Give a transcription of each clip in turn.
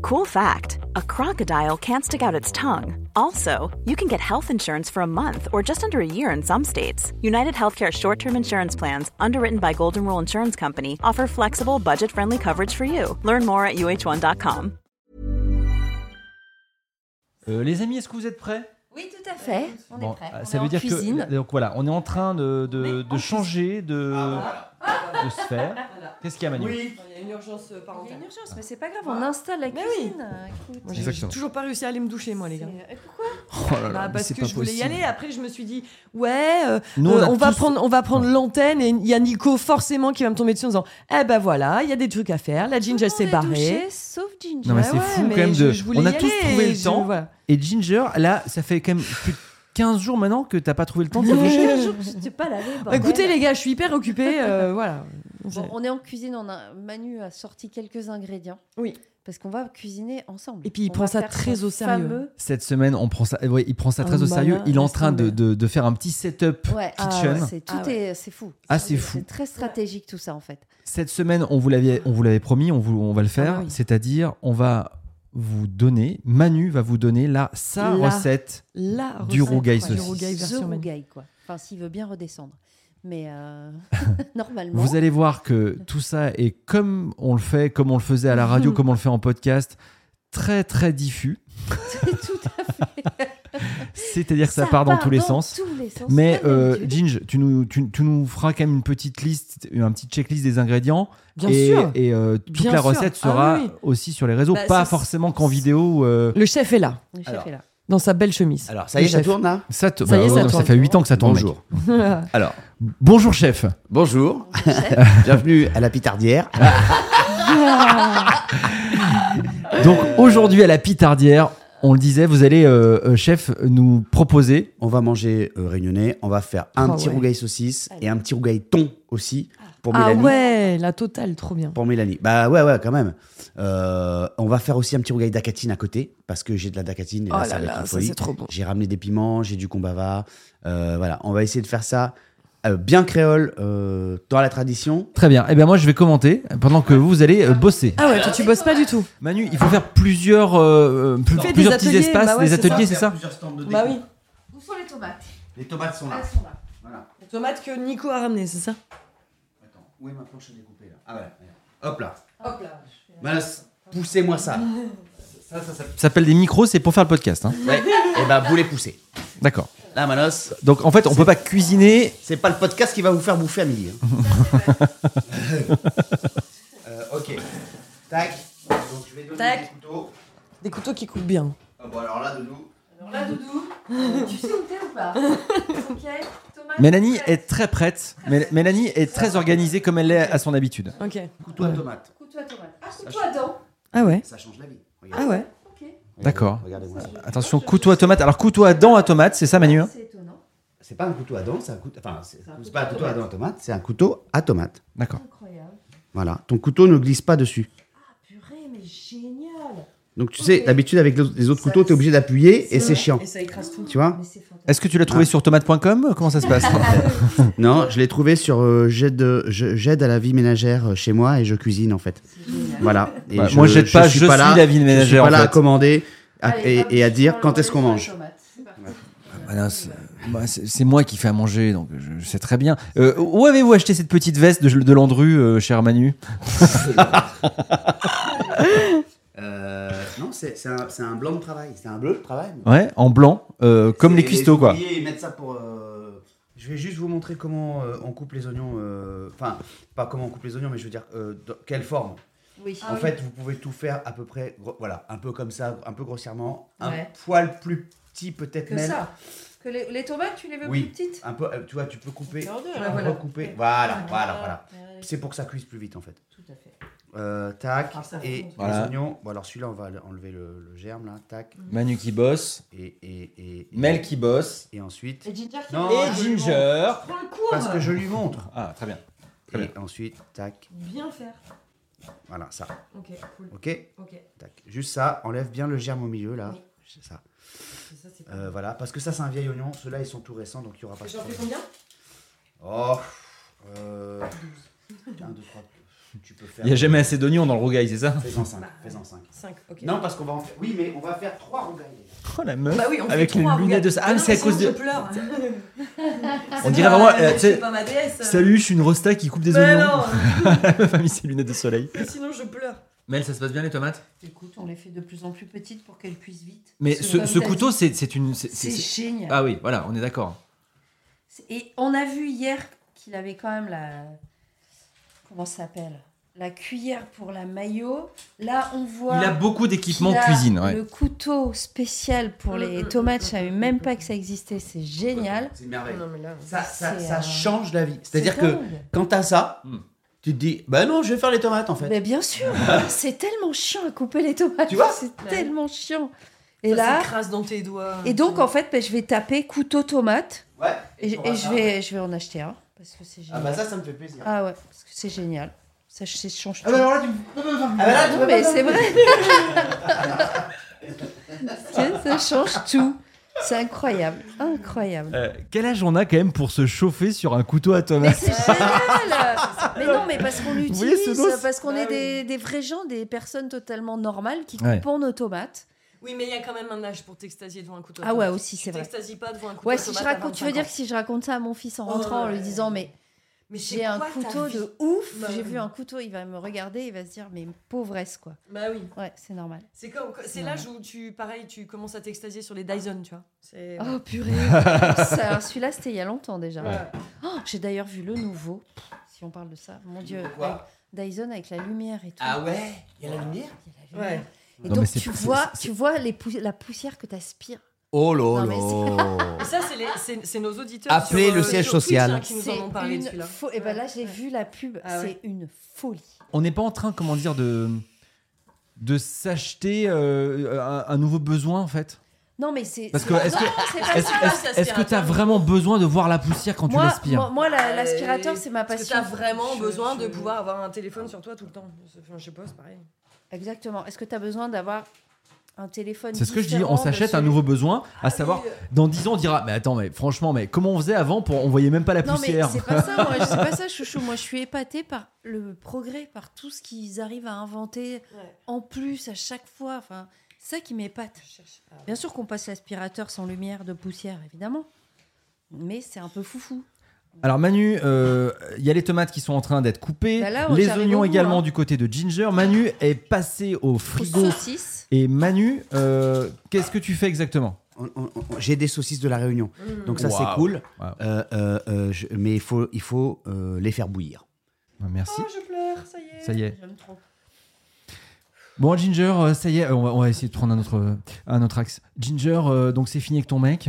Cool fact, a crocodile can't stick out its tongue. Also, you can get health insurance for a month or just under a year in some states. United Healthcare short-term insurance plans, underwritten by Golden Rule Insurance Company, offer flexible, budget-friendly coverage for you. Learn more at uh1.com. Les amis, est-ce que vous êtes prêts ? Oui, tout à fait. On est prêts. Ça veut dire que donc voilà, on est en train de changer de sphère. Voilà. Qu'est-ce qu'il y a, Manu ? Oui, il y a une urgence parentale. Il y a une urgence, mais c'est pas grave, on installe la cuisine. Écoute. Moi, j'ai toujours pas réussi à aller me doucher, moi, les gars. Pourquoi ? Oh là là, mais Parce c'est que pas je voulais y possible. aller. Après, je me suis dit, ouais, Nous, on va tous- prendre l'antenne et il y a Nico forcément qui va me tomber dessus en disant, eh ben voilà, il y a des trucs à faire. La Ginger s'est barrée. Sauf Ginger. Non, mais Ouais, c'est ouais, fou mais quand même de. je voulais On a y tous aller trouvé et le temps. voilà. Et Ginger, là, ça fait quand même plus de 15 jours maintenant que t'as pas trouvé le temps de te doucher. Je t'ai pas lavé. Écoutez, les gars, je suis hyper occupée. Voilà. Bon, on est en cuisine, Manu a sorti quelques ingrédients. Oui. Parce qu'on va cuisiner ensemble. Et puis, il On prend va ça faire très son au sérieux. fameux- Cette semaine, il prend ça très Oh, au sérieux. malin, Il est en laisse train tomber. de faire un petit setup Ouais, kitchen. C'est fou. C'est fou. C'est très stratégique tout ça en fait. Cette semaine, on vous l'avait promis, on va le faire. Ah bah oui. C'est-à-dire, on va vous donner, Manu va vous donner sa recette. La Du recette, rougail quoi. saucisse. Du rougail The version Manu. rougail quoi. Enfin s'il veut bien redescendre. Mais normalement. Vous allez voir que tout ça est comme on le fait, comme on le faisait à la radio, comme on le fait en podcast, très très diffus. Tout à fait. C'est-à-dire que ça part dans tous les sens. Mais Ginge, tu nous feras quand même une petite liste, un petit checklist des ingrédients. Bien et, sûr. Et toute Bien la sûr. recette Ah sera oui. aussi sur les réseaux, Bah, pas ça, forcément qu'en vidéo. Le chef est là, Le chef Alors. est là. dans sa belle chemise. Alors, ça y est, Le ça chef. tourne là Ça, Ça y est, ça tourne. fait 8 ans que ça tourne. mec. Bonjour. Alors, Bonjour chef. bonjour. Chef. Bienvenue à la Pitardière. Donc aujourd'hui à la Pitardière, on le disait, vous allez, chef, nous proposer. On va manger réunionnais. On va faire un Ah petit ouais. rougail saucisse Allez. et un petit rougail thon aussi pour Ah Mélanie. ouais, la totale, trop bien. Pour Mélanie. Bah ouais, quand même. On va faire aussi un petit rougail d'acatine à côté parce que j'ai de la d'acatine et Oh là, ça là va être là, une ça folie. c'est trop bon. J'ai ramené des piments, j'ai du combava. Voilà, on va essayer de faire ça bien créole dans la tradition. Très bien. Eh bien moi je vais commenter pendant que vous allez bosser. Ah ouais, toi tu bosses pas du tout. Manu, il faut faire plusieurs, Fais plusieurs des petits ateliers, espaces, bah ouais, des c'est ateliers, ça. c'est ça Plusieurs stands de Bah déco. oui. Où sont les tomates? Les tomates sont là. Elles sont là. Voilà. Les tomates que Nico a ramenées, c'est ça? Attends, où est ma planche à découper là? Ah ouais, regarde. Hop là. Hop là. Manos, poussez-moi ça. Ça s'appelle des micros, c'est pour faire le podcast. Hein. Ouais. Et bah, vous les poussez. D'accord. Là, Manos, Donc en fait, on peut pas cuisiner. c'est pas le podcast qui va vous faire bouffer à midi. hein. Ok. Tac. Donc, je vais donner Tac. des couteaux. Des couteaux qui coupent bien. Ah bon, alors là, Doudou. Alors là, Doudou, tu sais où t'es ou pas? Ok. Tomates. Mélanie est très prête. Mélanie est très organisée comme elle l'est à son habitude. Ok. Couteau à tomate. Couteau à tomate. Ah, couteau à dents. Ah ouais. Ça change la vie. Regardez. Ah ouais. Ok. D'accord. Regardez-moi ça. Attention, couteau à tomate. Alors couteau à dents à tomate, c'est ça Manu hein C'est étonnant. C'est pas un couteau à dents, c'est un couteau. Enfin, c'est pas un couteau à dents à tomate, c'est un couteau à tomate. D'accord. Incroyable. Voilà. Ton couteau ne glisse pas dessus. Purée, mais génial. Donc, tu sais, Ok. d'habitude, avec les autres Ça, couteaux, t'es obligé d'appuyer et c'est vrai. chiant. Et ça écrase tout. Tu vois? Mais c'est fantastique. Est-ce que tu l'as trouvé sur tomate.com? Comment ça se passe? Non, je l'ai trouvé sur j'aide à la vie ménagère chez moi et je cuisine en fait. Voilà. Et Ouais, moi, j'aide pas, je suis la vie ménagère, Je suis pas en là à fait. commander Allez, hop, et à je dire prends quand le est-ce qu'on rougail mange. sur la tomate. Bah non, c'est moi qui fais à manger, donc je sais très bien. Où avez-vous acheté cette petite veste de Landru, cher Manu? Non, c'est un blanc de travail. C'est un bleu de travail. Ouais, en blanc, comme les Et cuistots quoi. ouvriers, ils mettent ça pour. Je vais juste vous montrer comment on coupe les oignons. Enfin, pas comment on coupe les oignons, mais je veux dire dans quelle forme. Oui. En fait, vous pouvez tout faire à peu près, voilà, un peu comme ça, un peu grossièrement, un Ouais. poil plus petit peut-être Que même. ça. Que les tomates, tu les veux Oui. plus petites? Un peu, tu vois, tu peux couper, Faire deux, tu là, peux voilà. recouper. Voilà. Ouais, C'est pour que ça cuise plus vite en fait. tout à fait. Tac. Ah, ça Et fonce. Voilà. les oignons. Bon, alors celui-là, on va enlever le germe là. Tac. Manu qui bosse, Et Mel qui bosse, Et ensuite. Et Ginger qui Non, et je lui Ginger. Prends le cours. Parce que je lui montre. Ah, très bien. Très Et ensuite, tac. Bien faire. Voilà, ça. Ok, cool. Ok. Ok. Tac. Juste ça. Enlève bien le germe au milieu là. Oui. C'est ça. C'est ça, c'est pas Voilà, parce que ça c'est un vieil oignon. Ceux-là ils sont tout récents donc il n'y aura pas. J'en fais combien? Oh. 1, 2, 3. Tu peux faire. Il n'y a jamais assez d'oignons dans le rougail, c'est ça? Fais-en 5. 5, ok. Non, parce qu'on va en faire. Oui, mais on va faire 3 rougails. Oh la meuf. Bah oui, on avec fait les 3 lunettes de ça. Ah, mais c'est à cause Je de. pleure. On dirait vraiment. tu sais, pas ma déesse. salut, je suis une rosta qui coupe des Mais oignons. non. La meuf a mis ses lunettes de soleil. Sinon, je pleure. Mel, ça se passe bien les tomates? Écoute, on les fait de plus en plus petites pour qu'elles cuisent vite. Mais Parce que ce comme t'as couteau, dit, c'est une. c'est génial. Ah oui, voilà, on est d'accord. Et on a vu hier qu'il avait quand même la... Comment ça s'appelle? La cuillère pour la mayo. Là, on voit... Il a beaucoup d'équipements qu'il a cuisine. Ouais. le couteau spécial pour les tomates. Je savais même pas que ça existait. C'est génial. C'est une merveille. Non, mais là. Ça change la vie. C'est-à-dire C'est que dingue. quand t'as ça, tu te dis, bah non, je vais faire les tomates en fait. Mais bien sûr, c'est tellement chiant à couper les tomates. Tu vois? C'est tellement chiant. Et Ça là... s'écrase dans tes doigts. Et donc, en fait, je vais taper couteau tomate. Ouais. Et je vais en acheter un. Parce que c'est Ah génial. bah ça me fait plaisir. Ah ouais, parce que c'est génial. Ça change tout. Ah bah alors là, tu Non, mais c'est vrai. Ça change tout. C'est incroyable. Incroyable. Quel âge on a quand même pour se chauffer sur un couteau à Mais tomates? c'est génial. Mais non, mais parce qu'on voyez ce l'utilise, dos? parce qu'on Ah est des vrais gens, des personnes totalement normales qui Ouais. coupent nos tomates. Oui, mais il y a quand même un âge pour t'extasier devant un couteau. Ah ouais, aussi, c'est Tu vrai. t'extasies pas devant un couteau. Ouais, de si je tomate à raconte, tu 25 veux dire ans. que si je raconte ça à mon fils en rentrant en lui ouais. disant, mais Mais c'est j'ai un quoi ta couteau vie de ouf, Bah j'ai oui. vu un couteau, il va me regarder, il va se dire, mais pauvresse quoi. Bah oui. Ouais, c'est normal. C'est l'âge où tu commences à t'extasier sur les Dyson, tu vois. C'est... Oh purée. Celui-là, c'était il y a longtemps déjà. Ouais. Oh, j'ai d'ailleurs vu le nouveau. Si on parle de ça, mon Dieu. Quoi? Dyson avec la lumière et tout. Ah ouais, il y a la lumière. Il y a la lumière. Ouais. Et Non, donc mais c'est- tu c'est- vois, c'est- tu vois la poussière que tu aspires. Oh là Non, mais là. Et ça, c'est nos auditeurs. Appelez le siège sur Twitch, social. hein, qui nous en ont parlé de celui-là. Et ben là, j'ai vu la pub. Ah ouais. C'est une folie. On n'est pas en train, comment dire, de s'acheter un nouveau besoin en fait. Non, mais c'est. Parce que c'est- est-ce que Non, c'est pas est-ce, ça. est-ce- est-ce que t'as vraiment besoin de voir la poussière quand tu l'aspires? Moi, l'aspirateur, c'est ma Parce que passion. t'as vraiment besoin de pouvoir avoir un téléphone sur toi tout le temps. Enfin, je sais pas, c'est pareil. Exactement. Est-ce que tu as besoin d'avoir un téléphone C'est ce que je dis, différent on de s'achète un celui- nouveau besoin, à savoir, oui. dans 10 ans, on dira, mais attends, mais franchement, mais comment on faisait avant pour, on voyait même pas la Non, mais poussière. c'est pas ça, moi. C'est pas ça, chouchou. Moi, je suis épatée par le progrès, par tout ce qu'ils arrivent à inventer en plus à chaque fois. Enfin, c'est ça qui m'épate. Bien sûr qu'on passe l'aspirateur sans lumière de poussière, évidemment. Mais c'est un peu foufou. Alors Manu, il y a les tomates qui sont en train d'être coupées, Bah là, les j'arrive oignons au bout, également hein. du côté de Ginger. Manu est passé au frigo. Saucisse. Et Manu, qu'est-ce que tu fais exactement? J'ai des saucisses de la Réunion, donc ça c'est Waouh. cool. Waouh. Mais il faut les faire bouillir. Ah, merci. Oh, je pleure, ça y est. Ça y est. J'aime trop. Bon, Ginger, ça y est, on va essayer de prendre un autre axe. Ginger, donc c'est fini avec ton mec.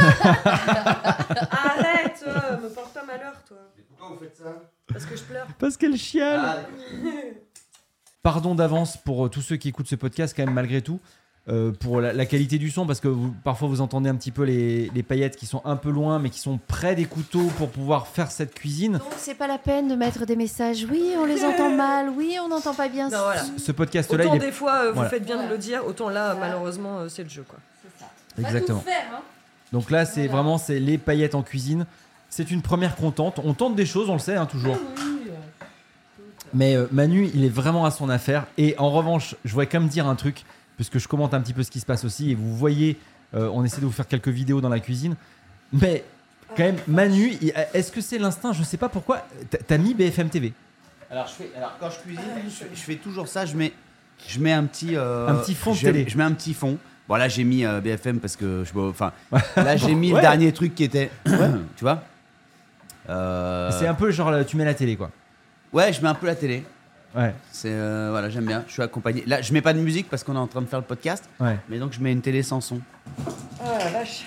Arrête, me porte pas malheur, toi. Pourquoi vous faites ça? Parce que je pleure. Parce qu'elle chiale. Pardon d'avance pour tous ceux qui écoutent ce podcast, quand même, malgré tout, pour la qualité du son, parce que parfois vous entendez un petit peu les paillettes qui sont un peu loin, mais qui sont près des couteaux pour pouvoir faire cette cuisine. Donc, c'est pas la peine de mettre des messages. Oui, on les entend mal. Oui, on n'entend pas bien. Non, voilà. Ce podcast-là, Autant il est... des fois, vous Voilà. faites bien de le dire, autant là, malheureusement, c'est le jeu, quoi. C'est ça. Exactement. Pas tout faire, hein. Donc là, c'est vraiment c'est les paillettes en cuisine. C'est une première qu'on tente. On tente des choses, on le sait, hein, toujours. Mais Manu, il est vraiment à son affaire. Et en revanche, je voudrais quand même dire un truc, puisque je commente un petit peu ce qui se passe aussi. Et vous voyez, on essaie de vous faire quelques vidéos dans la cuisine. Mais quand même, Manu, est-ce que c'est l'instinct? Je sais pas pourquoi. T'as mis BFM TV. Alors quand je cuisine, je fais toujours ça. Je mets un petit fond de télé. Je mets un petit fond. Bon là j'ai mis BFM parce que là j'ai mis Ouais. le dernier truc qui était, tu vois. C'est un peu genre, tu mets la télé, quoi. Ouais, je mets un peu la télé. Ouais, C'est voilà, j'aime bien. Je suis accompagné. Là, je mets pas de musique parce qu'on est en train de faire le podcast. ouais. Mais donc je mets une télé sans son. Oh la vache.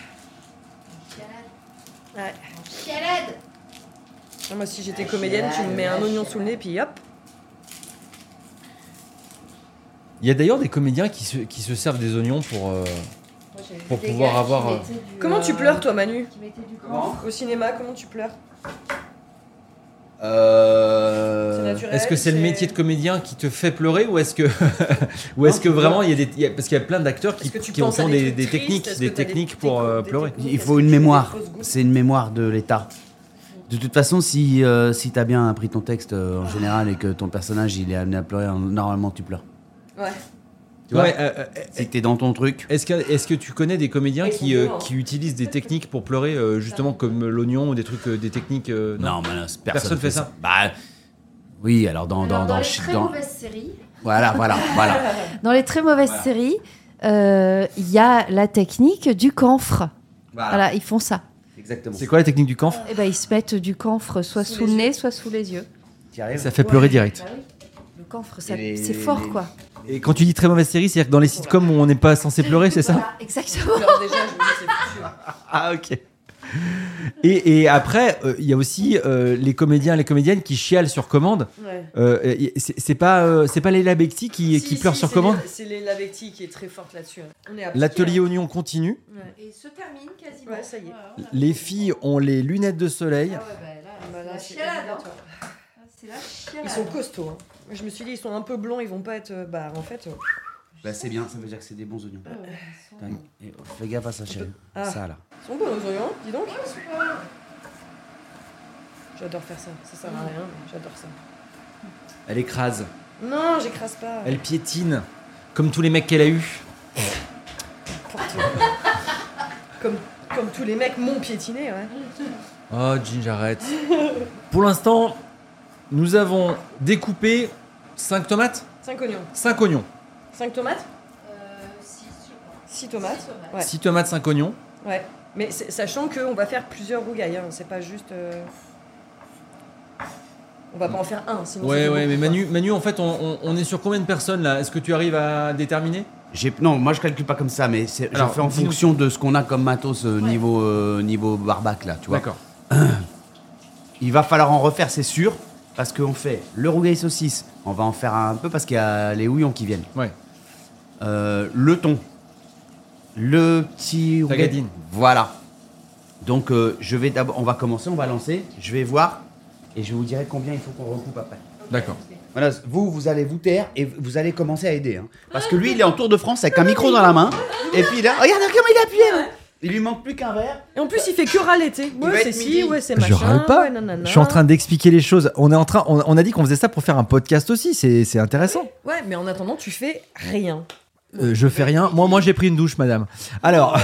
Ouais. Ah, moi, si j'étais comédienne, tu me mets un oignon sous le nez, puis hop. Il y a d'ailleurs des comédiens qui se servent des oignons pour pouvoir avoir. Comment tu pleures, toi, Manu? Comment Au cinéma, comment tu pleures? C'est naturel. Est-ce que c'est le métier de comédien qui te fait pleurer ou est-ce que vraiment il y a parce qu'il y a plein d'acteurs qui Est-ce que tu ont penses à des trucs tristes? techniques Est-ce que t'as pour des pleurer. techniques? Il Est-ce faut que une tu fais des mémoire. fausses gouttes? C'est une mémoire de l'État. De toute façon, si t'as bien appris ton texte en général et que ton personnage il est amené à pleurer, normalement tu pleures. Ouais. Tu vois, Ouais, si t'es dans ton truc. est-ce que tu connais des comédiens Ouais, ils sont qui violents. utilisent des techniques pour pleurer, justement comme l'oignon ou des trucs, des techniques Non, mais non, Personne fait ça. Bah, oui, alors dans les très mauvaises séries. Voilà. Dans les très mauvaises séries, il y a la technique du camphre. Voilà, ils font ça. Exactement. C'est quoi la technique du camphre? Et ben ils se mettent du camphre soit sous le nez, soit sous les yeux. T'y arrives? Ça fait pleurer direct. Bah oui. Le camphre, Et c'est fort, quoi. Et quand tu dis très mauvaise série, c'est-à-dire que dans les sitcoms où on n'est pas censé pleurer, c'est ça? Voilà, exactement. Alors déjà, je me dis, c'est foutu. Ah, ok. Et après, il y a aussi les comédiens et les comédiennes qui chialent sur commande. Ouais. C'est pas Leila Bekti qui pleure sur commande? C'est Leila Bekti qui est très forte là-dessus. On est à L'atelier pied, oignon continue. Et se termine quasiment. Ouais, ça y est. Les filles ont les lunettes de soleil. Ah ouais, bah là, Bah là, c'est c'est la chialade. obligatoire. C'est la chialade. Ils sont costauds. Hein. Je me suis dit, ils sont un peu blonds, ils vont pas être. Bah, en fait. Bah, c'est bien, ça veut dire que c'est des bons oignons. Ah ouais, Et fais gaffe à ça, chérie. Ah. Ça là. Ils sont bons, les oignons, dis donc. J'adore faire ça. Ça sert à rien, mais j'adore ça. Elle écrase. Non, j'écrase pas. Elle piétine. Comme tous les mecs qu'elle a eus. N'importe quoi. Comme tous les mecs m'ont piétiné, ouais. Oh, Ginger, arrête. Pour l'instant, nous avons découpé 5 tomates, 5 oignons. 5 oignons. 5 tomates, 6 6 tomates. Ouais. 6 tomates, 5 oignons. Ouais. Mais sachant qu'on va faire plusieurs rougailles, hein. C'est pas juste. On va pas en faire un, sinon. Ouais, ça fait ouais, mais beaucoup, quoi. Manu, en fait, on est sur combien de personnes là? Est-ce que tu arrives à déterminer? Non, moi je calcule pas comme ça, mais je Alors, fais en dis-nous. fonction de ce qu'on a comme matos niveau barbac là, tu vois. D'accord. Il va falloir en refaire, c'est sûr, parce qu'on fait le rougail saucisse, on va en faire un peu parce qu'il y a les houillons qui viennent. Ouais. Le thon, le petit rougail. Tagadine. Voilà. Donc je vais d'abord, on va commencer, on va lancer, je vais voir et je vous dirai combien il faut qu'on recoupe après. D'accord. Voilà, vous allez vous taire et vous allez commencer à aider. Hein. Parce que lui, il est en Tour de France avec un micro dans la main. Et puis là, regarde comment il a appuyé. Hein. Il lui manque plus qu'un verre. Et en plus, il fait que râler, tu sais. va Ouais, être c'est si, midi. ouais, c'est machin. Je râle pas. Ouais, nanana. Je suis en train d'expliquer les choses. On a dit qu'on faisait ça pour faire un podcast aussi. C'est intéressant. Ouais, mais en attendant, tu fais rien. Je fais rien. Moi, j'ai pris une douche, madame. Alors,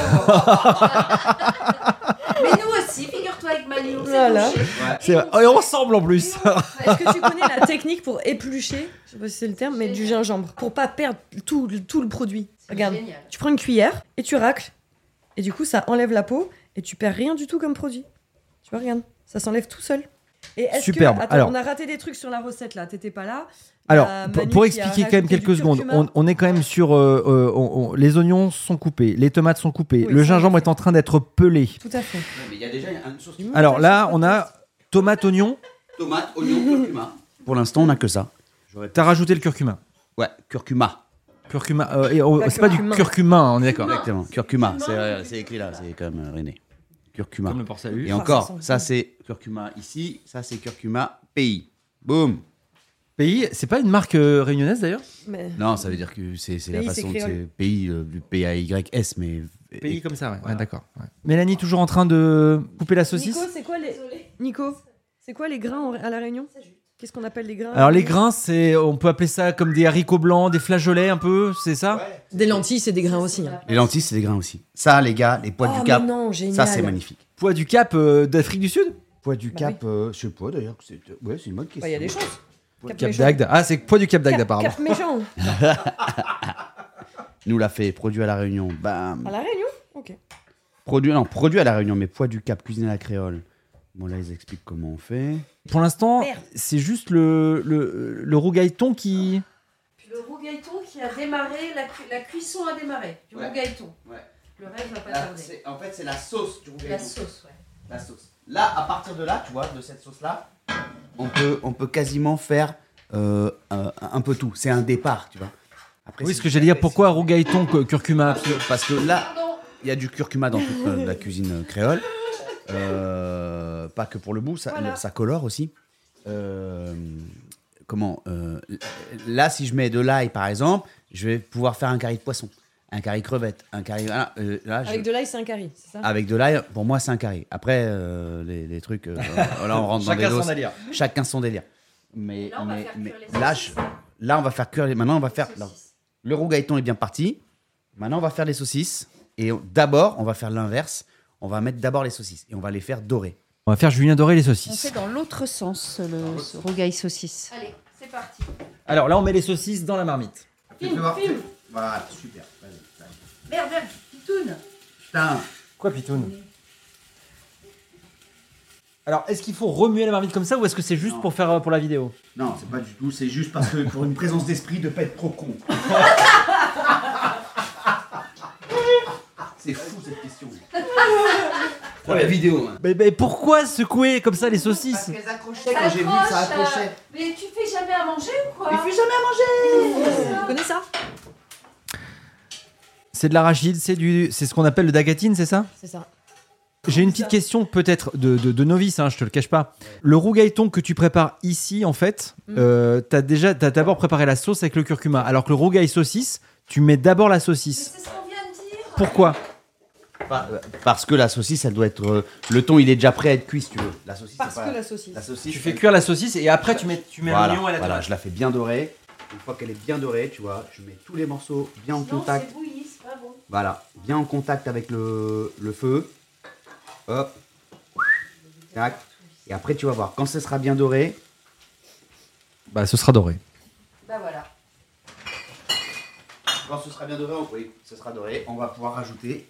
Mais nous aussi, figure-toi avec Mali, on s'est Voilà. couché. c'est vrai. Oh, et ensemble en plus. Est-ce que tu connais la technique pour éplucher, je sais pas si c'est le terme, mais du gingembre, pour pas perdre tout le produit? Regarde, Génial. tu prends une cuillère et tu racles. Et du coup, ça enlève la peau et tu perds rien du tout comme produit. Tu vois, regarde, ça s'enlève tout seul. Et est-ce Superbe. que... Attends, Alors- on a raté des trucs sur la recette là, t'étais pas là. Alors, Il y a pour Manu pour qui a expliquer quand même rajouté quelques du secondes, curcuma. on est quand même sur. Les oignons sont coupés, les tomates sont coupées, Oui, le ça, gingembre est en train d'être pelé. Tout à fait. Mais il y a déjà une sauce. Alors là, on a tomate, oignon. Tomate, oignon, curcuma. Pour l'instant, on n'a que ça. T'as rajouté le curcuma. Ouais, curcuma. Curcuma. Pas C'est pas du curcuma. curcuma, hein, on est d'accord. Exactement. Curcuma, c'est écrit là, c'est quand même René. Curcuma. Comme le port-salut. Et Ah, encore, ça sent ça bon. c'est curcuma ici, ça c'est curcuma pays. Boum. Pays, c'est pas une marque réunionnaise d'ailleurs? Mais... Non, ça veut dire que c'est la Pays, façon, c'est créole. c'est pays du P-A-Y-S, mais. Pays comme ça, ouais. Ouais, d'accord. Ouais. Mélanie, toujours en train de couper la saucisse. Nico, c'est quoi les grains à la Réunion? Qu'est-ce qu'on appelle les grains? Alors les grains, on peut appeler ça comme des haricots blancs, des flageolets un peu, c'est ça? Des lentilles, c'est des grains aussi. Hein. Les lentilles, c'est des grains aussi. Ça, les gars, les pois Oh, du Cap, mais non, génial. ça c'est magnifique. Pois du Cap d'Afrique du Sud? Pois du Bah Cap, je sais pas d'ailleurs. Ouais, c'est une bonne question. Bah, il y a des chances. Cap d'Agde. Ah, c'est pois du Cap d'Agde apparemment. Cap méchant. Nous l'a fait, produit à la Réunion. Bam. À la Réunion? Ok. Produit à la Réunion, mais pois du Cap, cuisiné à la créole. Bon, là, ils expliquent comment on fait. Pour l'instant, Merde. c'est juste le rougailleton qui... Puis le rougailleton qui a démarré, la cuisson a démarré, du Ouais. rougailleton. Ouais. Le reste va pas tarder. En fait, c'est la sauce du La sauce, ouais. La sauce. Là, à partir de là, tu vois, de cette sauce-là, on peut quasiment faire un peu tout. C'est un départ, tu vois. Après, Oui, c'est- ce que j'allais dire, pourquoi rougailleton, curcuma? Parce que là, Pardon. il y a du curcuma dans toute la cuisine créole. Pas que pour le bout, ça, Voilà. ça colore aussi. Là, si je mets de l'ail, par exemple, je vais pouvoir faire un curry de poisson. un curry crevette, un curry. Voilà, là, Avec de l'ail, c'est un curry, c'est ça? avec de l'ail, pour moi, c'est un curry. Après, les trucs, là, on rentre dans des Chacun doses. son délire. Chacun son délire. Mais, Là, on va faire cuire les là, saucisses. là, on va faire cuire. Maintenant, on va faire. Là, le rougailleton est bien parti. Maintenant, on va faire les saucisses. Et d'abord, on va faire l'inverse. On va mettre d'abord les saucisses et on va les faire dorer. On va faire Julien dorer les On saucisses. fait dans l'autre sens ce rougail saucisse. Allez, c'est parti. Alors là, on met les saucisses dans la marmite. Voilà, super. Vas-y. Merde, pitoune. Putain. Quoi, Pitoun? Alors, est-ce qu'il faut remuer la marmite comme ça ou est-ce que c'est juste pour faire pour la vidéo? Non, c'est pas du tout. C'est juste parce que pour une présence d'esprit de pas être trop con. C'est fou cette question. Pour la vidéo. Hein. Mais pourquoi secouer comme ça les saucisses? Parce qu'elles accrochaient quand j'ai vu que ça accrochait. Mais tu fais jamais à manger ou quoi? Il fait jamais à manger. Tu connais ça? C'est de l'arachide, c'est ce qu'on appelle le dagatine, c'est ça? C'est ça. J'ai une petite question peut-être de novice, hein, je te le cache pas. Le rougailleton que tu prépares ici, en fait, t'as d'abord préparé la sauce avec le curcuma, alors que le rougail saucisse, tu mets d'abord la saucisse. C'est ce qu'on vient de dire. Pourquoi? Parce que la saucisse, elle doit être. Le thon, il est déjà prêt à être cuit, si tu veux. La saucisse, Parce c'est pas- que la saucisse. La saucisse. Tu fais cuire la saucisse et après tu mets Voilà, l'oignon et la voilà, tomate. je la fais bien dorée. Une fois qu'elle est bien dorée, tu vois, je mets tous les morceaux bien en Sinon, contact. c'est bouilli, c'est pas bon. Voilà, bien en contact avec le feu. Hop. Tac. Et après, tu vas voir, quand ce sera bien doré, Bah, ce sera doré. Bah voilà. quand ce sera bien doré, oui, ce sera doré, on va pouvoir rajouter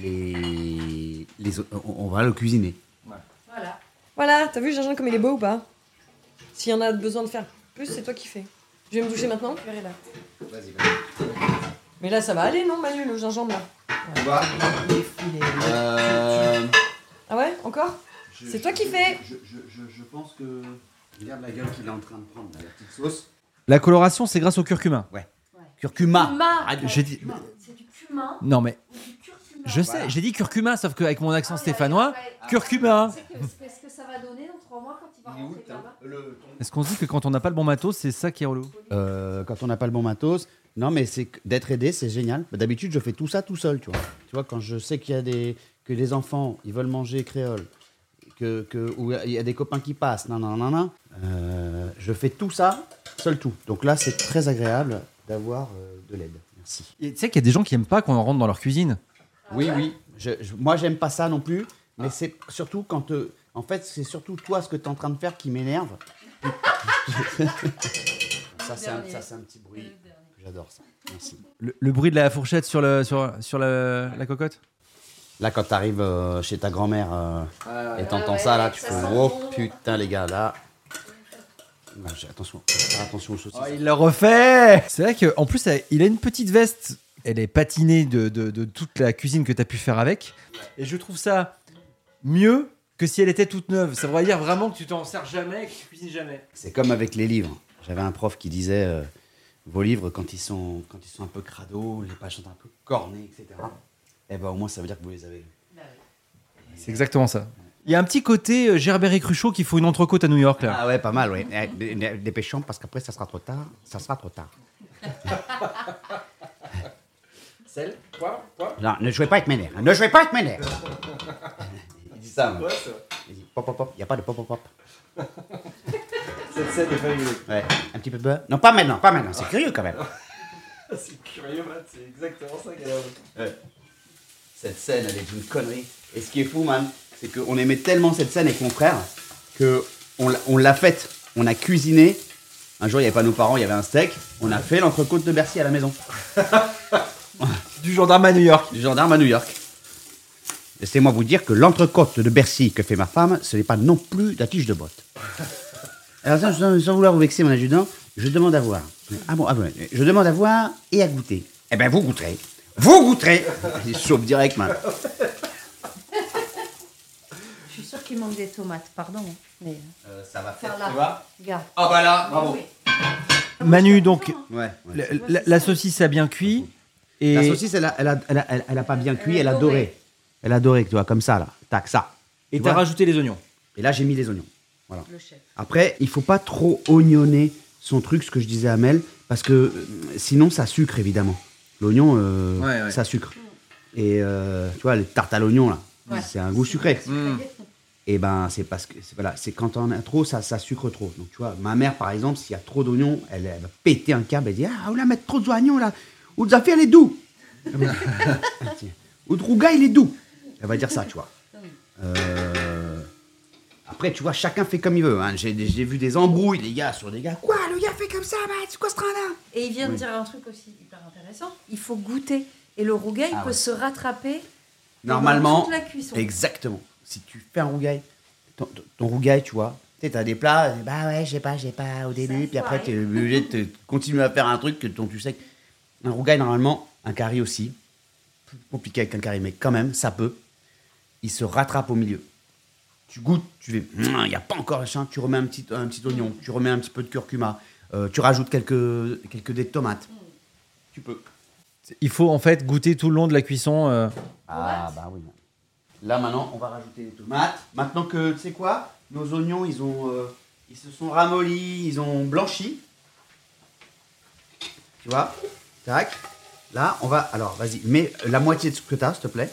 on va le cuisiner. Voilà. Voilà, t'as vu Gingembre comme il est beau ou pas? S'il y en a besoin de faire plus, c'est toi qui fais. Je vais me doucher maintenant. Verrez là. Vas-y. Mais là, ça va aller, non, Manu, le gingembre là? On va. Ah ouais, encore? C'est toi qui fais. Je pense que. Regarde la gueule qu'il est en train de prendre, là, la petite sauce. La coloration, c'est grâce au curcuma. Curcuma. Curcuma. J'ai dit... C'est du cumin Non mais, ou du curcuma. je sais, j'ai dit curcuma, sauf qu'avec mon accent stéphanois, curcuma. C'est ce que ça va donner dans 3 mois quand il va rentrer là-bas. Est-ce qu'on se dit que quand on n'a pas le bon matos, c'est ça qui est relou? Quand on n'a pas le bon matos. Non, mais c'est d'être aidé, c'est génial. D'habitude, je fais tout ça tout seul, tu vois. Tu vois, quand je sais qu'il y a que les enfants, ils veulent manger créole, où il y a des copains qui passent, je fais tout ça seul tout. Donc là, c'est très agréable d'avoir de l'aide. Merci. Et tu sais qu'il y a des gens qui aiment pas quand on rentre dans leur cuisine. Oui. Moi, j'aime pas ça non plus, mais c'est surtout quand. En fait, c'est surtout toi, ce que tu es en train de faire qui m'énerve. Ça, c'est un petit bruit. J'adore ça. Merci. Le bruit de la fourchette sur la cocotte? Là, quand tu arrives chez ta grand-mère et t'entends ça, là, tu fais oh putain, les gars, là. Ouais, attention aux saucisses. Oh, il l'a refait. C'est vrai qu'en plus, il a une petite veste. Elle est patinée de toute la cuisine que tu as pu faire avec. Et je trouve ça mieux que si elle était toute neuve. Ça voudrait dire vraiment que tu t'en sers jamais et que tu cuisines jamais. C'est comme avec les livres. J'avais un prof qui disait vos livres, quand ils sont un peu crado, les pages sont un peu cornées, etc. Eh ben, au moins, ça veut dire que vous les avez lus. C'est exactement ça. Il y a un petit côté Gerbert et Cruchot qui faut une entrecôte à New York là. Ah ouais, pas mal, oui. Dépêchons parce qu'après, ça sera trop tard. Ça sera trop tard. Sel? Quoi? Non, ne jouez pas avec mes nerfs. Ne jouez pas avec mes nerfs. Il dit ça. Ouais, il dit pop, pop, pop. Il n'y a pas de pop, pop, pop. Cette scène est fabuleuse. Ouais. Un petit peu de beurre. Non, pas maintenant, pas maintenant. C'est curieux quand même. C'est curieux, man. C'est exactement ça qu'elle a. Ouais. Cette scène, elle est d'une connerie. Et ce qui est fou, man, c'est qu'on aimait tellement cette scène avec mon frère qu'on l'a faite. On a cuisiné. Un jour, il n'y avait pas nos parents, il y avait un steak. On a fait l'entrecôte de Bercy à la maison. Du gendarme à New York. Du gendarme à New York. Laissez-moi vous dire que l'entrecôte de Bercy que fait ma femme, ce n'est pas non plus la tige de botte. Alors, sans vouloir vous vexer, mon adjudant, je demande à voir. Ah bon, je demande à voir et à goûter. Eh ben, vous goûterez. Vous goûterez. Il chauffe direct, man. Je suis sûre qu'il manque des tomates, pardon. Mais Ça va faire, là. tu vois. regarde. Ah bah là, bravo. Oui. Manu, donc, Ouais. la saucisse a bien cuit. Et La saucisse, elle a pas bien cuit, elle a doré. Elle a doré, tu vois, comme ça, là. Tac, ça. Et Tu t'as vois. rajouté les oignons. Et là, j'ai mis les oignons. Voilà. Le chef. Après, il faut pas trop oignonner son truc, ce que je disais à Mel, parce que sinon, ça sucre, évidemment. L'oignon, Ouais. ça sucre. Et tu vois, les tartes à l'oignon, là, Ouais. c'est un goût sucré. Mm. Et ben, c'est parce que, c'est quand on a trop, ça sucre trop. Donc, tu vois, ma mère, par exemple, s'il y a trop d'oignons, elle va péter un câble. Elle dit, ah, on va mettre trop d'oignons, là. Ou de il est doux. Ou de rougail, il est doux. Elle va dire ça, tu vois. Après, tu vois, chacun fait comme il veut. Hein. J'ai vu des embrouilles, les gars, sur des gars. Quoi, le gars fait comme ça, bah, c'est quoi ce train-là? Et il vient de dire un truc aussi hyper intéressant. Il faut goûter. Et le rougail peut se rattraper Normalement, pendant toute la cuisson. exactement. Si tu fais un rougail, ton rougail, tu vois, tu sais, t'as des plats, bah ouais, j'ai pas au début, puis après, tu es obligé de continuer à faire un truc dont tu sais que. Un rougail, normalement, un curry aussi, plus compliqué avec un curry, mais quand même, ça peut. Il se rattrape au milieu. Tu goûtes, tu fais, il n'y a pas encore le chien, tu remets un petit oignon, tu remets un petit peu de curcuma, tu rajoutes quelques dés de tomates. Tu peux. Il faut en fait goûter tout le long de la cuisson. Ah bah oui. Là maintenant, on va rajouter les tomates. Maintenant que, tu sais quoi, nos oignons, ils se sont ramollis, ils ont blanchi. Tu vois, tac. Là, on va, alors vas-y, mets la moitié de ce que t'as, s'il te plaît.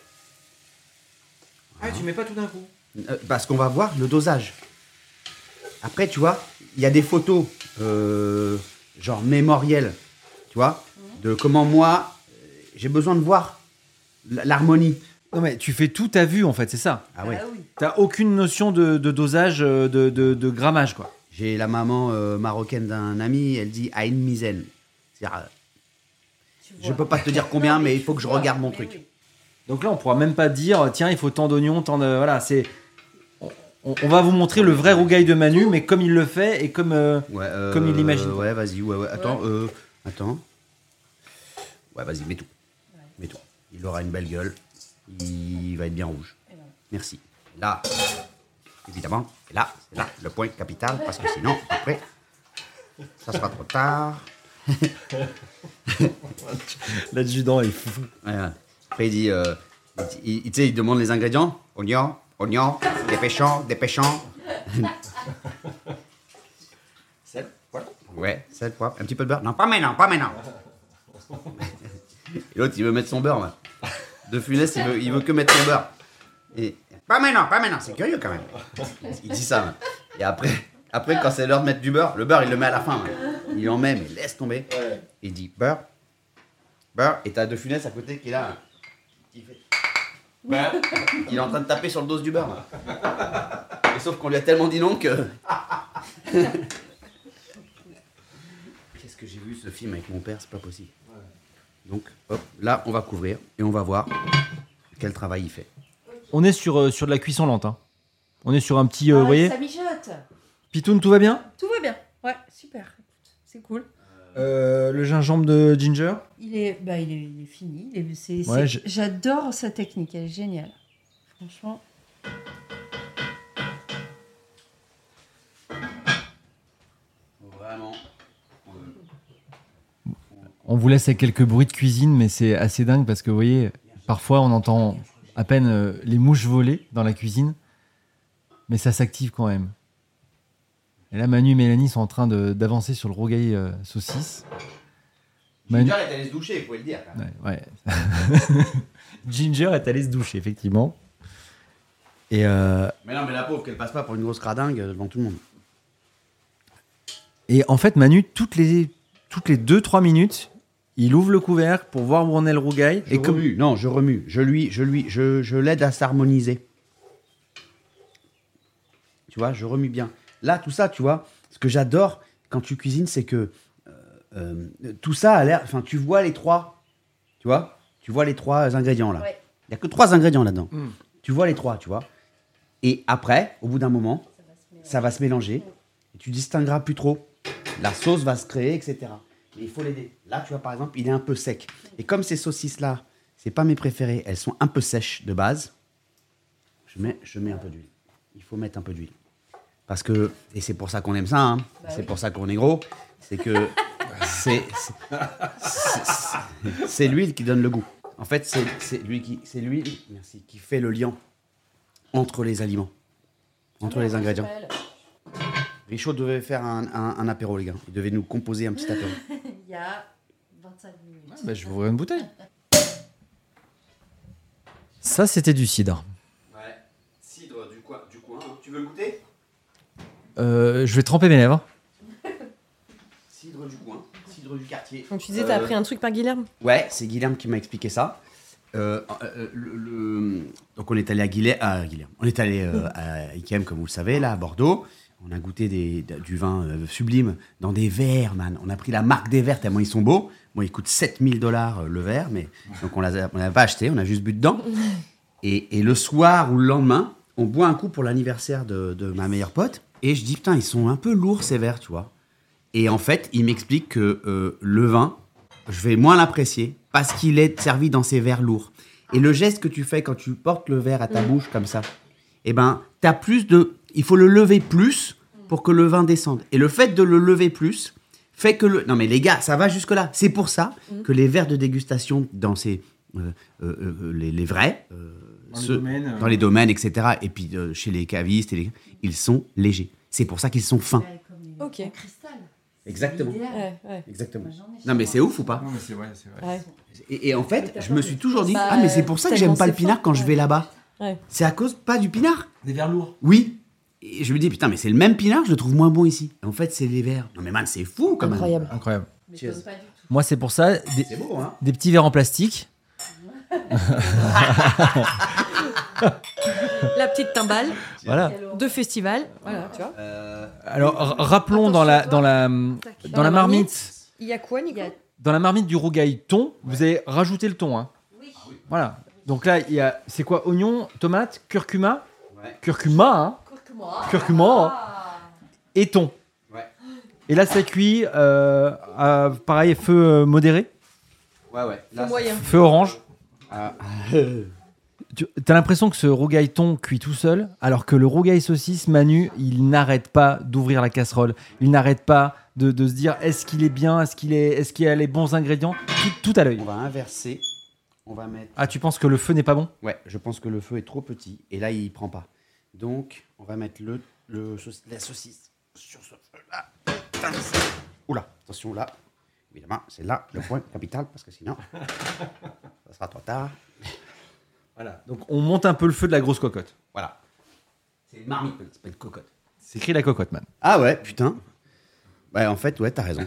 Ah, tu mets pas tout d'un coup. Parce qu'on va voir le dosage. Après, tu vois, il y a des photos, genre mémorielles, tu vois, de comment moi, j'ai besoin de voir l'harmonie. Non mais tu fais tout à vue en fait, c'est ça. Ah ouais. oui. T'as aucune notion de dosage, de grammage quoi. J'ai la maman marocaine d'un ami, elle dit à une misaine. C'est-à-dire, je peux pas te dire combien, mais il faut que je regarde mon truc. Oui. Donc là on pourra même pas dire tiens il faut tant d'oignons, tant de voilà c'est. On va vous montrer le vrai rougail de Manu, mais comme il le fait et comme il l'imagine. Ouais, vas-y, ouais. Attends. Ouais, vas-y, mets tout. Mets tout. Il aura une belle gueule. Il va être bien rouge. Merci. Là, évidemment, et là, c'est là le point capital, parce que sinon, après, ça sera trop tard. L'adjudant est fou. Ouais. Après, il dit, tu sais, il demande les ingrédients. Oignon, dépêchant. Sel, poivre. Ouais, sel, poivre. Un petit peu de beurre. Non, pas maintenant. Et l'autre, il veut mettre son beurre, là. De Funès, il veut que mettre son beurre. Et pas maintenant, c'est curieux quand même. Il dit ça. Là. Et après, quand c'est l'heure de mettre du beurre, le beurre, il le met à la fin. Là. Il en met, mais laisse tomber. Ouais. Il dit beurre. Et t'as De Funès à côté qui est là. Qui fait. Beurre. Il est en train de taper sur le dos du beurre. Là. Et sauf qu'on lui a tellement dit non que. Qu'est-ce que j'ai vu ce film avec mon père, c'est pas possible. Donc, hop, là, on va couvrir et on va voir quel travail il fait. On est sur de la cuisson lente. Hein. On est sur un petit, vous voyez. Ça mijote. Pitoun, tout va bien? Tout va bien. Ouais, super. C'est cool. Le gingembre de Ginger? Il est fini. Ouais, j'adore sa technique. Elle est géniale. Franchement. Vraiment. On vous laisse avec quelques bruits de cuisine, mais c'est assez dingue parce que vous voyez, parfois on entend à peine les mouches voler dans la cuisine, mais ça s'active quand même. Et là, Manu et Mélanie sont en train d'avancer sur le rougail saucisse. Ginger est allé se doucher, il faut le dire. Quand même. Ouais. Ginger est allée se doucher, effectivement. Et Mais non, mais la pauvre, qu'elle passe pas pour une grosse cradingue devant tout le monde. Et en fait, Manu, toutes les 2-3 minutes, il ouvre le couvercle pour voir où en est le rougail. Je remue. Je l'aide à s'harmoniser. Tu vois, je remue bien. Là, tout ça, tu vois, ce que j'adore quand tu cuisines, c'est que tout ça a l'air... Enfin, tu vois les trois... Tu vois? Tu vois les trois ingrédients, là. Ouais. Il n'y a que 3 ingrédients là-dedans. Tu vois les 3, tu vois. Et après, au bout d'un moment, ça va se mélanger. Et tu distingueras plus trop. La sauce va se créer, etc. Mais il faut l'aider. Là, tu vois, par exemple, il est un peu sec. Et comme ces saucisses-là, c'est pas mes préférées, elles sont un peu sèches de base, je mets un peu d'huile. Il faut mettre un peu d'huile. Parce que, et c'est pour ça qu'on aime ça, hein, c'est pour ça qu'on est gros, c'est que c'est l'huile qui donne le goût. En fait, c'est l'huile qui fait le lien entre les aliments, entre les ingrédients. Richaud devait faire un apéro, les gars. Il devait nous composer un petit apéro. Il y a 25 minutes. Bah, je vous ouvre une bouteille. Ça, c'était du cidre. Ouais. Cidre du coin. Hein. Tu veux le goûter? Je vais tremper mes lèvres. Cidre du coin. Cidre du quartier. Donc tu disais, t'as appris un truc par Guilherme? Ouais, c'est Guilherme qui m'a expliqué ça. Donc on est allé à Guilherme. On est allé à Ikem, comme vous le savez, là, à Bordeaux. On a goûté du vin sublime dans des verres, man. On a pris la marque des verres tellement ils sont beaux. Bon, ils coûtent $7 000 le verre, mais donc on l'a pas acheté, on a juste bu dedans. Et le soir ou le lendemain, on boit un coup pour l'anniversaire de ma meilleure pote. Et je dis, putain, ils sont un peu lourds ces verres, tu vois. Et en fait, il m'explique que le vin, je vais moins l'apprécier parce qu'il est servi dans ces verres lourds. Et le geste que tu fais quand tu portes le verre à ta bouche comme ça, eh ben, t'as plus de... Il faut le lever plus pour que le vin descende. Et le fait de le lever plus fait que le... Non mais les gars, ça va jusque-là. C'est pour ça que les verres de dégustation dans ces... les vrais... dans les domaines, etc. Et puis chez les cavistes, ils sont légers. C'est pour ça qu'ils sont fins. Ok. En cristal. Exactement. Ouais. Exactement. Moi, j'en ai Non mais c'est ouf ou pas? Non, mais c'est vrai, c'est vrai. Ouais. Et en fait, je me suis toujours dit, Bah, ah mais c'est pour ça que j'aime tellement pas le c'est pinard fort, quand je ouais. vais là-bas. Ouais. C'est à cause pas du pinard. Des verres lourds. Oui. Et je me dis, putain, mais c'est le même pinard, je le trouve moins bon ici. Et en fait, c'est les verres. Non mais man, c'est fou quand même. Incroyable. Incroyable. Cheers. Pas du tout. Moi, c'est pour ça, C'est beau, hein? des petits verres en plastique. La petite timbale Voilà. de festival. Voilà, tu vois. Alors, rappelons dans la marmite. Il y a quoi, Nico? Dans la marmite du rougail thon, vous avez rajouté le thon. Hein. Oui. Voilà. Donc là, il y a, c'est quoi? Oignon, tomate, curcuma. Ouais. Curcuma, hein. Curcuma et thon. Ouais. Et là, ça cuit, à, pareil, feu modéré, Ouais. Feu moyen. feu orange. Ah. T'as l'impression que ce rougail thon cuit tout seul, alors que le rougail saucisse, Manu, il n'arrête pas d'ouvrir la casserole. Il n'arrête pas de se dire est-ce qu'il est bien, est-ce qu'il y a les bons ingrédients, tout à l'œil. On va inverser. On va mettre... Ah, tu penses que le feu n'est pas bon? Ouais, je pense que le feu est trop petit. Et là, il prend pas. Donc, on va mettre la saucisse sur ce feu-là. Oula, attention là. Évidemment, c'est là le point capital, parce que sinon, ça sera trop tard. Voilà. Donc on monte un peu le feu de la grosse cocotte. Voilà. C'est une marmite, c'est pas une cocotte. C'est écrit la cocotte, man. Ah ouais, putain. Ouais, en fait, ouais, t'as raison.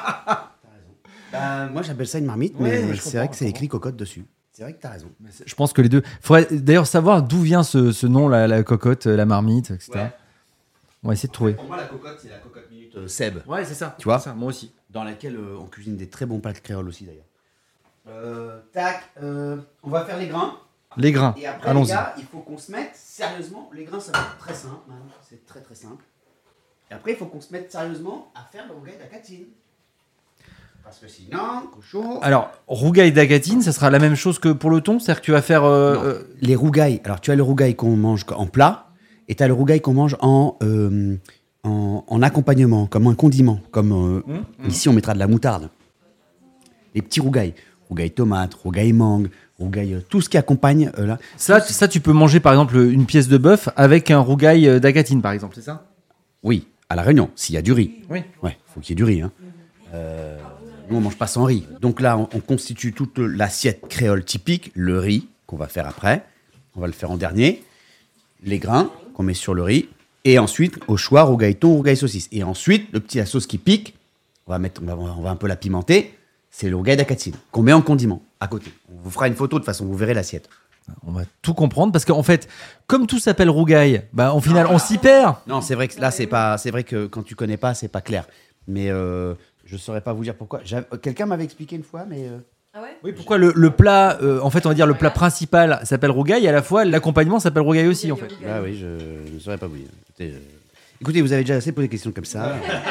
Bah, moi, j'appelle ça une marmite, Ouais, mais je c'est vrai comprends, que c'est je écrit cocotte dessus. C'est vrai que t'as raison. Je pense que les deux. Faudrait d'ailleurs savoir d'où vient ce nom, la cocotte, la marmite, etc. Ouais. On va essayer de trouver. Pour moi, la cocotte, c'est la cocotte minute Seb, Ouais, c'est ça. Tu vois C'est ça, moi aussi. dans laquelle on cuisine des très bons plats de créole aussi, d'ailleurs. On va faire les grains. Les grains. Et après, les Allons-y. gars, il faut qu'on se mette sérieusement. Les grains, ça va être très simple. Hein. C'est très très simple. Et après, il faut qu'on se mette sérieusement à faire le rougail d'Acatine. Parce que sinon, cochon. Alors, rougail d'Agatine, ça sera la même chose que pour le thon? C'est-à-dire que tu vas faire. Non. Les rougails. Alors, tu as le rougail qu'on mange en plat et tu as le rougail qu'on mange en accompagnement, comme un condiment. Comme ici, on mettra de la moutarde. Les petits rougails. Rougail tomate, rougail mangue, rougail, tout ce qui accompagne là. Ça, tu peux manger par exemple une pièce de bœuf avec un rougail d'Agatine, par exemple, c'est ça? Oui, à la Réunion, s'il y a du riz. Oui. Ouais, faut qu'il y ait du riz. Hein. Nous, on mange pas sans riz. Donc là, on constitue toute l'assiette créole typique, le riz qu'on va faire après. On va le faire en dernier. Les grains qu'on met sur le riz. Et ensuite, au choix, rougail thon, rougail saucisse. Et ensuite, la sauce qui pique, on va un peu la pimenter. C'est le rougail d'Acatine qu'on met en condiment à côté. On vous fera une photo de toute façon, vous verrez l'assiette. On va tout comprendre parce qu'en fait, comme tout s'appelle rougail, bah, au final, on s'y perd. Non, c'est vrai que là, c'est vrai que quand tu connais pas, c'est pas clair. Mais je saurais pas vous dire pourquoi. Quelqu'un m'avait expliqué une fois, mais Ah ouais? Oui, pourquoi le plat, en fait, on va dire le plat principal s'appelle rougail et à la fois l'accompagnement s'appelle rougail aussi, en fait. là, oui, je ne saurais pas vous dire. Écoutez, vous avez déjà assez posé des questions comme ça.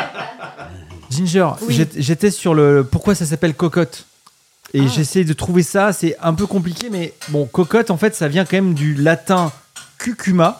Ginger, j'étais sur le pourquoi ça s'appelle cocotte. Et j'essaie de trouver ça, c'est un peu compliqué, mais bon, cocotte, en fait, ça vient quand même du latin cucuma,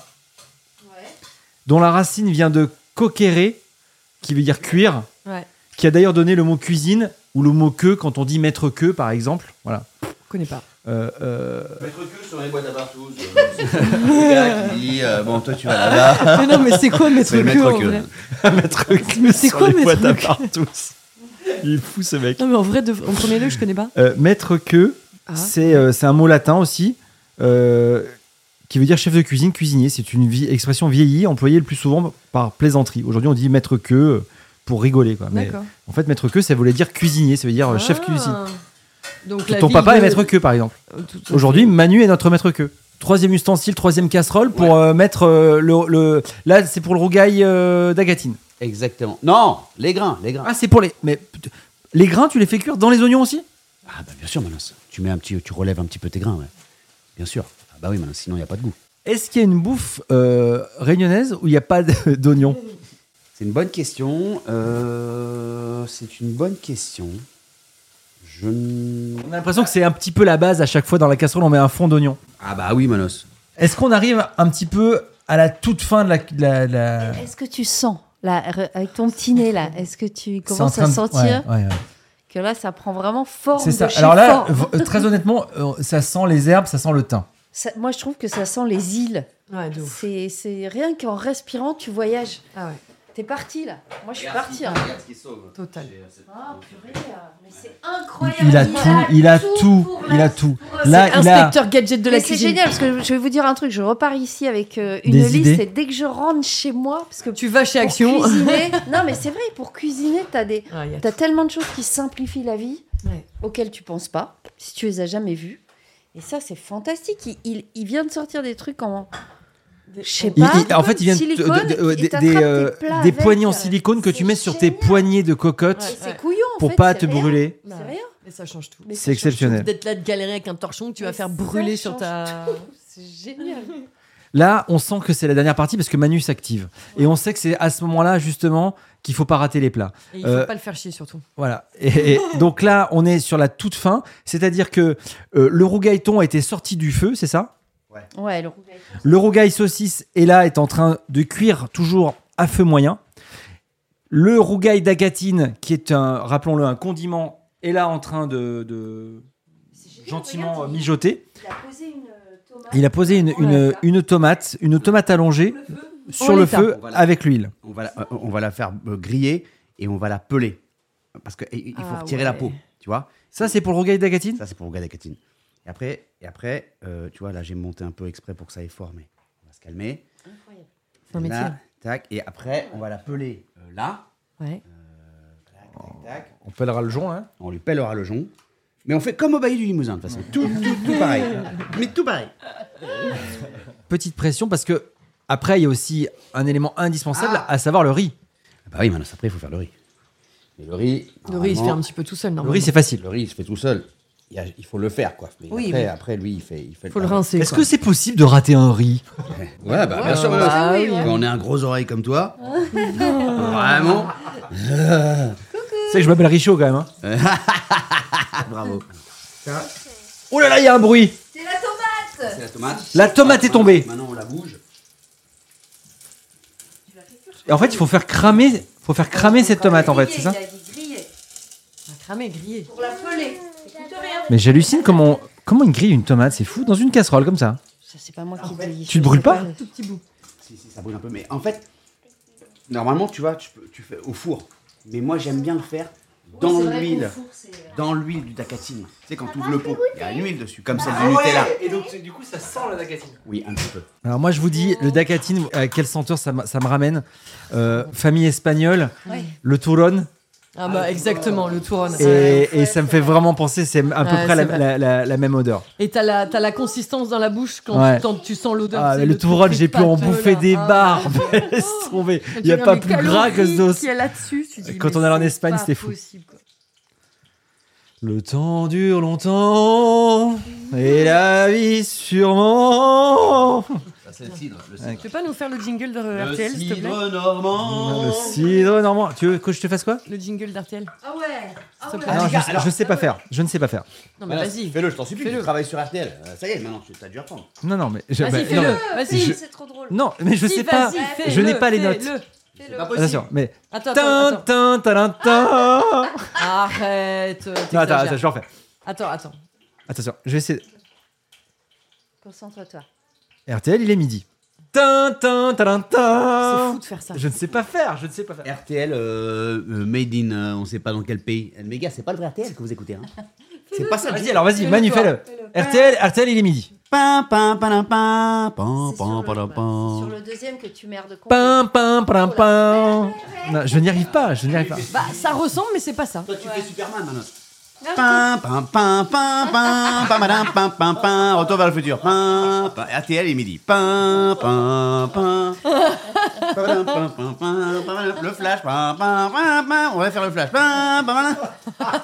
dont la racine vient de coquere, qui veut dire cuire, qui a d'ailleurs donné le mot cuisine, ou le mot queue, quand on dit mettre queue, par exemple. Voilà. Je connais pas. Mettre queue sur les boîtes à bartous. Le gars qui dit bon, toi, tu vas là-bas. Mais non, mais c'est quoi mettre C'est queue mettre en queue. vrai? mettre queue Mais c'est sur quoi les mettre boîtes à queue partous. Il est fou ce mec. Non, mais en vrai, en premier lieu, je connais pas. Maître queue, c'est un mot latin aussi, qui veut dire chef de cuisine, cuisinier. C'est une expression vieillie, employée le plus souvent par plaisanterie. Aujourd'hui, on dit maître queue pour rigoler, quoi. Mais en fait, maître queue, ça voulait dire cuisinier, ça veut dire chef cuisine. Donc, ton papa est maître queue, par exemple. Aujourd'hui, Manu est notre maître queue. 3e ustensile, 3e casserole pour mettre le. Là, c'est pour le rougail d'Agatine. Exactement. Non, les grains. Ah, c'est pour les. Mais les grains, tu les fais cuire dans les oignons aussi? Ah bah bien sûr, Manos. Tu relèves un petit peu tes grains, ouais. Bien sûr. Ah bah oui, Manos, sinon il n'y a pas de goût. Est-ce qu'il y a une bouffe réunionnaise où il n'y a pas d'oignons? C'est une bonne question. On a l'impression que c'est un petit peu la base. À chaque fois dans la casserole, on met un fond d'oignon. Ah bah oui, Manos. Est-ce qu'on arrive un petit peu à la toute fin de la... Est-ce que tu sens, là, avec ton petit nez, là, est-ce que tu commences à sentir que là, ça prend vraiment forme? C'est ça. De chez Alors là, Fort. très honnêtement, ça sent les herbes, ça sent le thym. Moi, je trouve que ça sent les îles. Ouais, de ouf. C'est rien qu'en respirant, tu voyages. Ah ouais. T'es parti, là. Moi, je suis partie. Hein. Total. Ah, purée, mais c'est incroyable. Il a tout. Là, C'est inspecteur gadget de la Mais c'est cuisine. génial parce que je vais vous dire un truc. Je repars ici avec une Des liste idées. et dès que je rentre chez moi, parce que Tu vas chez pour Action. cuisiner, non mais c'est vrai, pour cuisiner, t'as Ouais, tellement de choses qui simplifient la vie Ouais. auxquelles tu penses pas si tu les as jamais vues. Et ça, c'est fantastique. Il vient de sortir des trucs en, je sais pas. En fait, il vient silicone, et t'attrapes tes plats des avec, poignées en silicone que tu mets sur tes génial. poignées de cocotte Et c'est couillon en pour fait, pas c'est te rien. brûler. C'est rien. Et ça change tout. Mais C'est exceptionnel. D'être là de galérer avec un torchon que tu vas faire brûler sur ta. C'est génial. Là, on sent que c'est la dernière partie parce que Manu s'active. Et on sait que c'est à ce moment-là, justement, qu'il faut pas rater les plats. Et il faut pas le faire chier surtout. Voilà. Et donc là, on est sur la toute fin. C'est-à-dire que le rougailleton a été sorti du feu, c'est ça? Ouais, le rougail. Le rougail saucisse est là, est en train de cuire toujours à feu moyen. Le rougail d'Agatine, qui est rappelons-le, un condiment, est là en train de gentiment mijoter. Il a posé une tomate. Une tomate allongée sur On le l'éteint. feu avec l'huile. On va la faire griller et on va la peler. Parce qu'il faut retirer la peau, tu vois. Ça, c'est pour le rougail d'Agatine? Ça, c'est pour le gars d'Agatine. Et après tu vois, là, j'ai monté un peu exprès pour que ça ait forme. On va se calmer. Incroyable. C'est un métier. Là, tac. Et après, on va la peler là. Ouais. Tac. On pèlera le jonc, hein. On lui pèlera le jonc. Mais on fait comme au bailli du Limousin, de toute façon. Tout pareil. Mais tout pareil. Petite pression parce que après, il y a aussi un élément indispensable, à savoir le riz. Bah oui, maintenant, après, il faut faire le riz. Mais le riz, Le riz, il se fait un petit peu tout seul, Le normalement. riz, c'est facile. le riz, il se fait tout seul. Il faut le faire, quoi. Mais Oui, après, mais- après, lui, il fait Faut le rincer. Est-ce que c'est possible de rater un riz? Ouais, bah bien sûr. Ah oui. Quand on est un gros oreille comme toi, vraiment, Tu sais que je m'appelle Richaud quand même. Hein. bravo. Oh là là, il y a un bruit. C'est la tomate. C'est la tomate. La tomate est tombée. Maintenant, on la bouge. Et en fait, il faut faire cramer cette tomate, en fait, c'est ça? Il a dit griller. Cramé, grillé. Pour la peler. Écoute rien. Mais j'hallucine comment il grille une tomate, c'est fou, dans une casserole comme ça. Ça, c'est pas moi qui dis. Tu te brûles pas? Un tout petit bout. Si, ça brûle un peu. Mais en fait, normalement, tu vois, tu fais au four. Mais moi, j'aime bien le faire dans l'huile. Dans l'huile du dacatine. Tu sais, quand tu ouvres le pot, il y a une huile dessus, comme celle du Nutella. Et donc, du coup, ça sent la dacatine. Oui, un petit peu. Alors moi, je vous dis, le dacatine, quelle senteur ça me ramène. Famille espagnole, Ouais. le turrón. Ah bah exactement, le touron. Et ça me fait vraiment penser, c'est à peu Ouais, près c'est vrai. la même odeur. Et t'as la consistance dans la bouche quand, Ouais. quand tu sens l'odeur. Ah, c'est mais le truc turón, très j'ai pu en pâteux, bouffer là. des Ah, barres. ouais. Laisse tomber. Tu Il n'y a regardes pas les plus gras que ce calories dos. qu'il y a là-dessus, tu dis, Quand mais on allait en c'est Espagne, pas c'était fou. possible, quoi. Le temps dure longtemps et la vie sûrement. Ça, c'est le cidre. Le cidre. Tu peux pas nous faire le jingle de RTL, s'il te plaît? normand. Le cidre normand. Tu veux que je te fasse quoi? Le jingle d'RTL. Ah ouais. Ah S'il te ouais. plaît. Non, je sais pas faire. Je ne sais pas faire. Non, mais vas-y. Fais-le, je t'en supplie. Fais-le. Tu travailles sur RTL. Ça y est, maintenant, tu as dû apprendre. Non, mais Vas-y, bah, fais-le. non, Vas-y. je- C'est trop drôle. non, mais je Si, sais pas. vas-y, fais-le, Je n'ai pas les notes. fais-le. Fais-le. Pas possible. Attention, mais. Attends, Tin, attends. tin, tarin, tin. Arrête. Non, t'exagères. attends, je le refais. Attends. Attention, je vais essayer. Concentre-toi. RTL, il est midi. C'est fou de faire ça. Je ne sais pas faire. RTL, made in, on sait pas dans quel pays. Mais gars, c'est pas le vrai RTL que vous écoutez. Hein. C'est pas ça. Vas-y, Manu, fais-le. RTL, il est midi. Pam, pam, pam, pam, pam, pam, pam, pam. Sur le deuxième que tu merdes complètement. Pam, pam, pam, pam. Non, je n'y arrive pas. Bah, ça ressemble, mais c'est pas ça. Toi, tu fais Superman, Manos. Pam, pam, pam, pam, pam, pam, pam, pam, pam, pam. Retour vers le futur. Pam, pam. RTL, il est midi. Pam, pam, pam. Pam, pam, pam, pam, pam. Le flash. Pam, pam, pam, pam. On va faire le flash. Pam, pam, pam.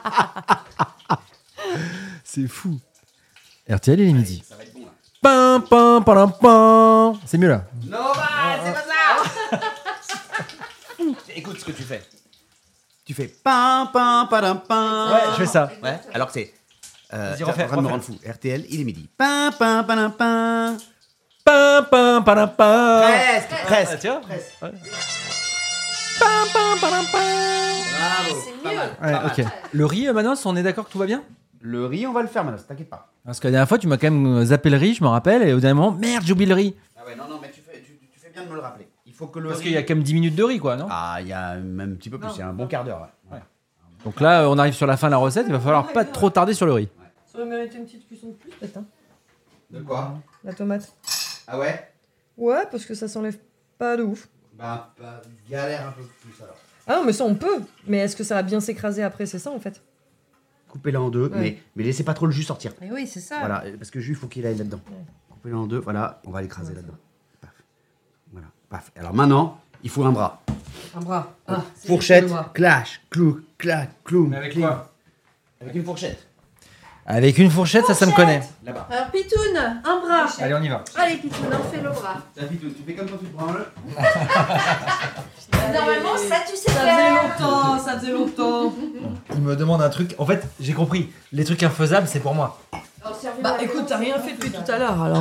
C'est fou. RTL, il est midi. Pam, pam, pam, pam. C'est mieux là. Non, c'est pas ça. Écoute ce que tu fais. Tu fais pam, pam, pam, pam. Ouais, je fais ça. Ouais, alors que c'est. Vas-y, t'es en train de me refais. rendre fou. RTL, il est midi. Pam, pam, pam, pam. Pam, pam, pam, pam. Presque. Ah, tu vois Presque. Ouais. Pam, pam, pam, pam. Bravo. C'est Pas mieux. mal. Ouais, Pas ok. mal. Le riz, Manos, on est d'accord que tout va bien? Le riz, on va le faire, Manos, t'inquiète pas. Parce que la dernière fois, tu m'as quand même zappé le riz, je me rappelle, et au dernier moment, merde, j'ai oublié le riz. Ah ouais, non, mais tu fais bien de me le rappeler. Il faut que le Parce riz. qu'il y a quand même 10 minutes de riz, quoi, non? Ah, il y a même un petit peu plus, il y a un bon quart d'heure. Ouais. Donc là, on arrive sur la fin de la recette, il va falloir pas trop tarder sur le riz. Ça aurait mérité une petite cuisson de plus, peut-être. Hein. De quoi? La tomate. Ah ouais? Ouais, parce que ça s'enlève pas de ouf. Bah, galère un peu plus alors. Ah non, mais ça, on peut. Mais est-ce que ça va bien s'écraser après? C'est ça, en fait. Coupez-la en deux, Ouais. mais laissez pas trop le jus sortir. Mais oui, c'est ça. Voilà, parce que le jus, il faut qu'il aille là-dedans. Coupez-la en deux, voilà, on va l'écraser là-dedans. Paf. Voilà, paf. Alors maintenant, il faut un bras. Un bras. Ah, c'est Fourchette, le bras. clash, clou, clac, clou. Mais avec clou. quoi? Avec une fourchette. Avec une fourchette, ça me connaît. Là-bas. Alors, Pitoun, un bras. Allez, on y va. Allez, Pitoun, on fait le bras. Tu fais comme quand tu te branles. Normalement, ça, tu sais Ça faisait longtemps. Il me demande un truc. En fait, j'ai compris. Les trucs infaisables, c'est pour moi. Bah écoute, t'as rien fait depuis tout à l'heure, alors...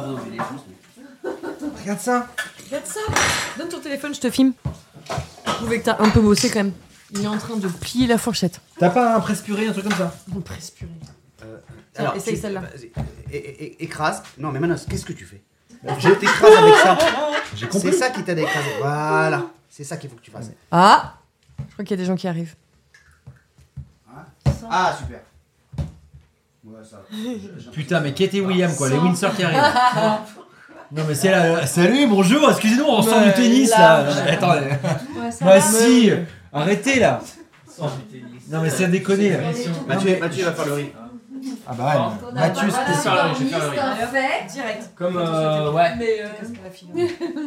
Regarde ça. Regarde ça. Donne ton téléphone, je te filme. Je trouvais que t'as un peu bossé quand même. Il est en train de plier la fourchette. T'as pas un presse-purée, un truc comme ça? On presse purée. Alors, essaye celle-là. Écrase. Non, mais Manos, qu'est-ce que tu fais? Je t'écrase avec ça. J'ai compris. C'est ça qui t'aide à écraser. Voilà. C'est ça qu'il faut que tu fasses. Ah, je crois qu'il y a des gens qui arrivent. Ah, super. Ouais, ça. Putain, mais Kate et William, quoi. Les Windsor qui arrivent. Non, mais c'est là. Salut, bonjour, excusez-nous, on sort du tennis là. Attendez. Bah si, arrêtez là. Non, mais c'est à déconner là. Mathieu va faire le riz. Ah bah ouais, Mathieu, c'était ça. Je vais faire le riz. Direct. Comme, ouais. Mais qu'est-ce qu'elle a fini?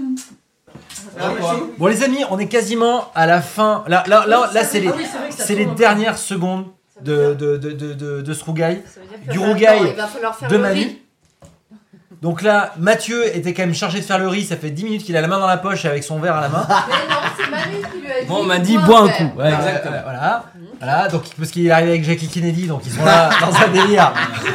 Bon, les amis, on est quasiment à la fin. Là, c'est les dernières secondes de ce rougail. Du rougail Il va falloir faire de le Manu. riz. Donc là, Mathieu était quand même chargé de faire le riz. Ça fait 10 minutes qu'il a la main dans la poche avec son verre à la main. Mais non, c'est Manu qui lui a dit. Bon, on m'a dit bois bois un verre. coup. Ouais, exactement. Voilà, donc parce qu'il est arrivé avec Jackie Kennedy, donc ils sont là dans un délire.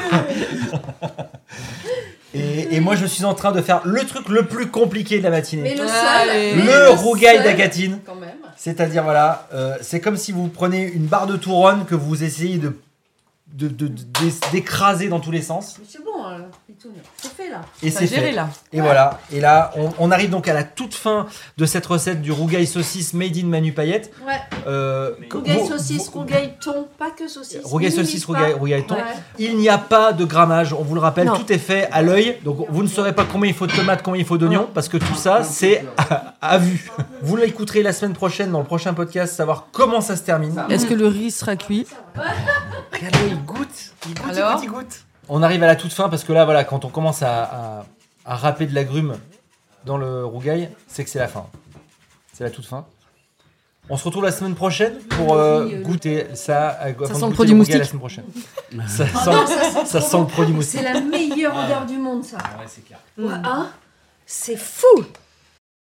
Et moi, je suis en train de faire le truc le plus compliqué de la matinée. Mais le Allez. seul. Le rougail d'Agatine. Quand même. C'est-à-dire, voilà, c'est comme si vous prenez une barre de Touronne que vous essayez d'écraser dans tous les sens. Mais c'est bon, Pitoun. C'est fait là. Et c'est géré fait. là. Et voilà. Et là, on arrive donc à la toute fin de cette recette du rougail saucisse made in Manu Payette. Ouais. Que Rougail vous- saucisse, vous- rougail thon, pas que saucisse. Rougail saucisse, Minimise pas. rougail thon. Ouais. Il n'y a pas de grammage, on vous le rappelle, Non. tout est fait à l'œil. Donc vous ne saurez pas combien il faut de tomates, combien il faut d'oignons, parce que tout ça, c'est à vue. Vous l'écouterez la semaine prochaine dans le prochain podcast, savoir comment ça se termine. Est-ce que le riz sera cuit? Regardez, il goûte. Alors il goûte. On arrive à la toute fin, parce que là, voilà, quand on commence à râper de l'agrumes dans le rougail, c'est que c'est la fin. C'est la toute fin. On se retrouve la semaine prochaine pour goûter ça. Ça sent le produit moustique. La semaine prochaine. Ça sent le produit moustique. C'est la meilleure odeur du monde, ça. Ouais, c'est clair. Ouais, hein, c'est fou.